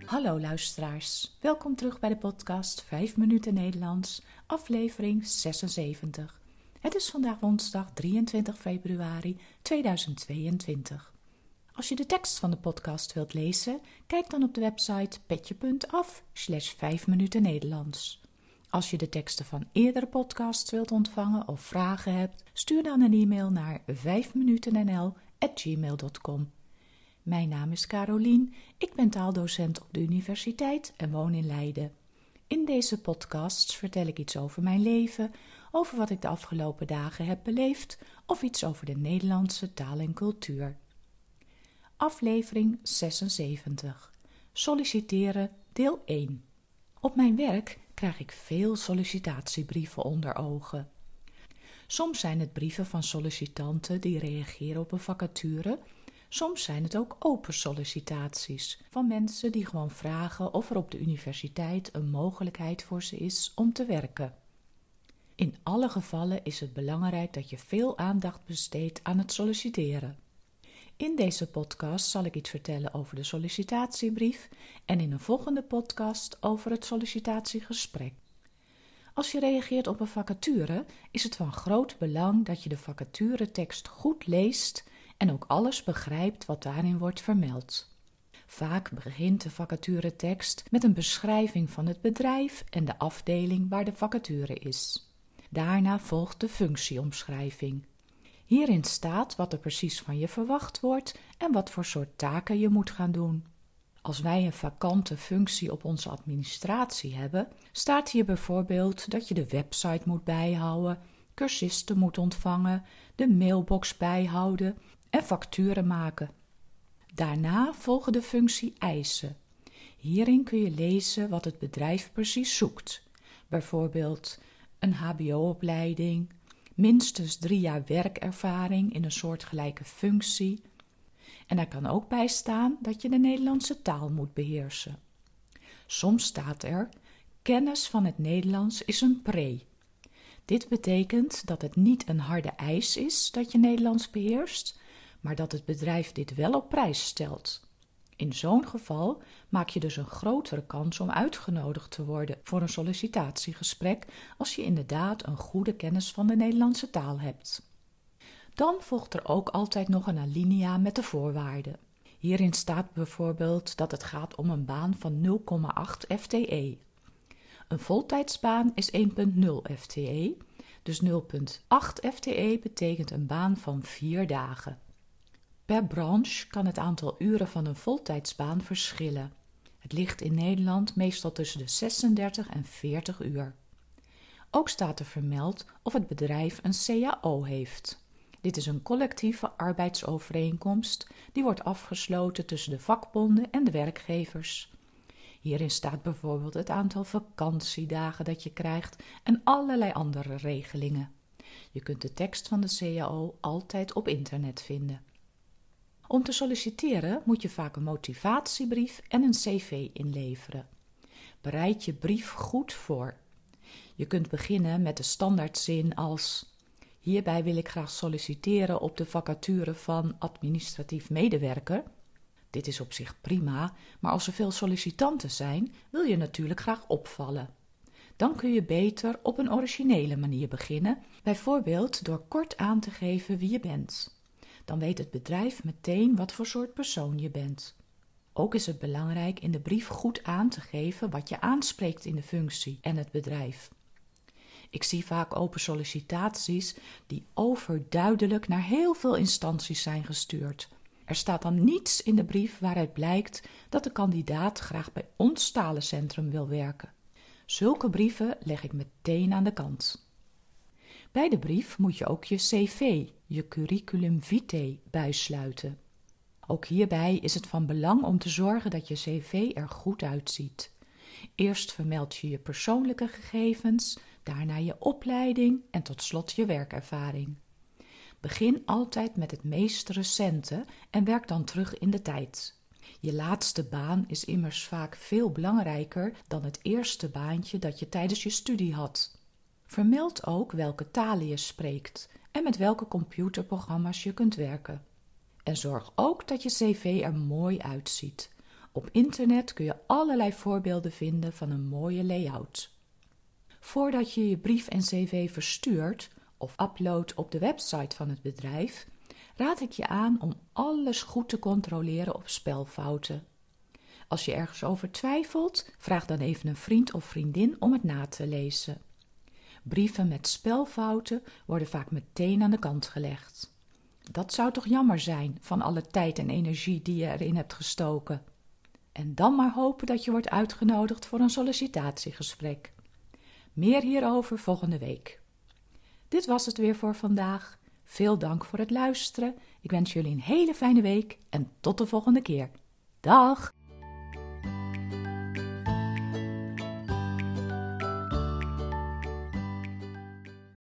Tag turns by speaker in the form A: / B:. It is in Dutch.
A: Hallo luisteraars, welkom terug bij de podcast 5 minuten Nederlands, aflevering 76. Het is vandaag woensdag 23 februari 2022. Als je de tekst van de podcast wilt lezen, kijk dan op de website petje.af/5 minuten Nederlands. Als je de teksten van eerdere podcasts wilt ontvangen of vragen hebt, stuur dan een e-mail naar 5minutennl@gmail.com. Mijn naam is Carolien, ik ben taaldocent op de universiteit en woon in Leiden. In deze podcasts vertel ik iets over mijn leven, over wat ik de afgelopen dagen heb beleefd of iets over de Nederlandse taal en cultuur. Aflevering 76. Solliciteren, deel 1. Op mijn werk krijg ik veel sollicitatiebrieven onder ogen. Soms zijn het brieven van sollicitanten die reageren op een vacature. Soms zijn het ook open sollicitaties van mensen die gewoon vragen of er op de universiteit een mogelijkheid voor ze is om te werken. In alle gevallen is het belangrijk dat je veel aandacht besteedt aan het solliciteren. In deze podcast zal ik iets vertellen over de sollicitatiebrief en in een volgende podcast over het sollicitatiegesprek. Als je reageert op een vacature, is het van groot belang dat je de vacaturetekst goed leest en ook alles begrijpt wat daarin wordt vermeld. Vaak begint de vacaturetekst met een beschrijving van het bedrijf en de afdeling waar de vacature is. Daarna volgt de functieomschrijving. Hierin staat wat er precies van je verwacht wordt en wat voor soort taken je moet gaan doen. Als wij een vakante functie op onze administratie hebben, staat hier bijvoorbeeld dat je de website moet bijhouden, cursisten moet ontvangen, de mailbox bijhouden en facturen maken. Daarna volgen de functie eisen. Hierin kun je lezen wat het bedrijf precies zoekt. Bijvoorbeeld een hbo-opleiding, minstens 3 jaar werkervaring in een soortgelijke functie. En daar kan ook bij staan dat je de Nederlandse taal moet beheersen. Soms staat er: kennis van het Nederlands is een pre. Dit betekent dat het niet een harde eis is dat je Nederlands beheerst, maar dat het bedrijf dit wel op prijs stelt. In zo'n geval maak je dus een grotere kans om uitgenodigd te worden voor een sollicitatiegesprek als je inderdaad een goede kennis van de Nederlandse taal hebt. Dan volgt er ook altijd nog een alinea met de voorwaarden. Hierin staat bijvoorbeeld dat het gaat om een baan van 0,8 FTE. Een voltijdsbaan is 1,0 FTE, dus 0,8 FTE betekent een baan van 4 dagen. Per branche kan het aantal uren van een voltijdsbaan verschillen. Het ligt in Nederland meestal tussen de 36 en 40 uur. Ook staat er vermeld of het bedrijf een CAO heeft. Dit is een collectieve arbeidsovereenkomst die wordt afgesloten tussen de vakbonden en de werkgevers. Hierin staat bijvoorbeeld het aantal vakantiedagen dat je krijgt en allerlei andere regelingen. Je kunt de tekst van de CAO altijd op internet vinden. Om te solliciteren moet je vaak een motivatiebrief en een cv inleveren. Bereid je brief goed voor. Je kunt beginnen met de standaardzin als: hierbij wil ik graag solliciteren op de vacature van administratief medewerker. Dit is op zich prima, maar als er veel sollicitanten zijn, wil je natuurlijk graag opvallen. Dan kun je beter op een originele manier beginnen, bijvoorbeeld door kort aan te geven wie je bent. Dan weet het bedrijf meteen wat voor soort persoon je bent. Ook is het belangrijk in de brief goed aan te geven wat je aanspreekt in de functie en het bedrijf. Ik zie vaak open sollicitaties die overduidelijk naar heel veel instanties zijn gestuurd. Er staat dan niets in de brief waaruit blijkt dat de kandidaat graag bij ons talencentrum wil werken. Zulke brieven leg ik meteen aan de kant. Bij de brief moet je ook je cv, je curriculum vitae, bijsluiten. Ook hierbij is het van belang om te zorgen dat je cv er goed uitziet. Eerst vermeld je je persoonlijke gegevens, daarna je opleiding en tot slot je werkervaring. Begin altijd met het meest recente en werk dan terug in de tijd. Je laatste baan is immers vaak veel belangrijker dan het eerste baantje dat je tijdens je studie had. Vermeld ook welke talen je spreekt en met welke computerprogramma's je kunt werken. En zorg ook dat je cv er mooi uitziet. Op internet kun je allerlei voorbeelden vinden van een mooie layout. Voordat je je brief en cv verstuurt of uploadt op de website van het bedrijf, raad ik je aan om alles goed te controleren op spelfouten. Als je ergens over twijfelt, vraag dan even een vriend of vriendin om het na te lezen. Brieven met spelfouten worden vaak meteen aan de kant gelegd. Dat zou toch jammer zijn van alle tijd en energie die je erin hebt gestoken. En dan maar hopen dat je wordt uitgenodigd voor een sollicitatiegesprek. Meer hierover volgende week. Dit was het weer voor vandaag. Veel dank voor het luisteren. Ik wens jullie een hele fijne week en tot de volgende keer. Dag!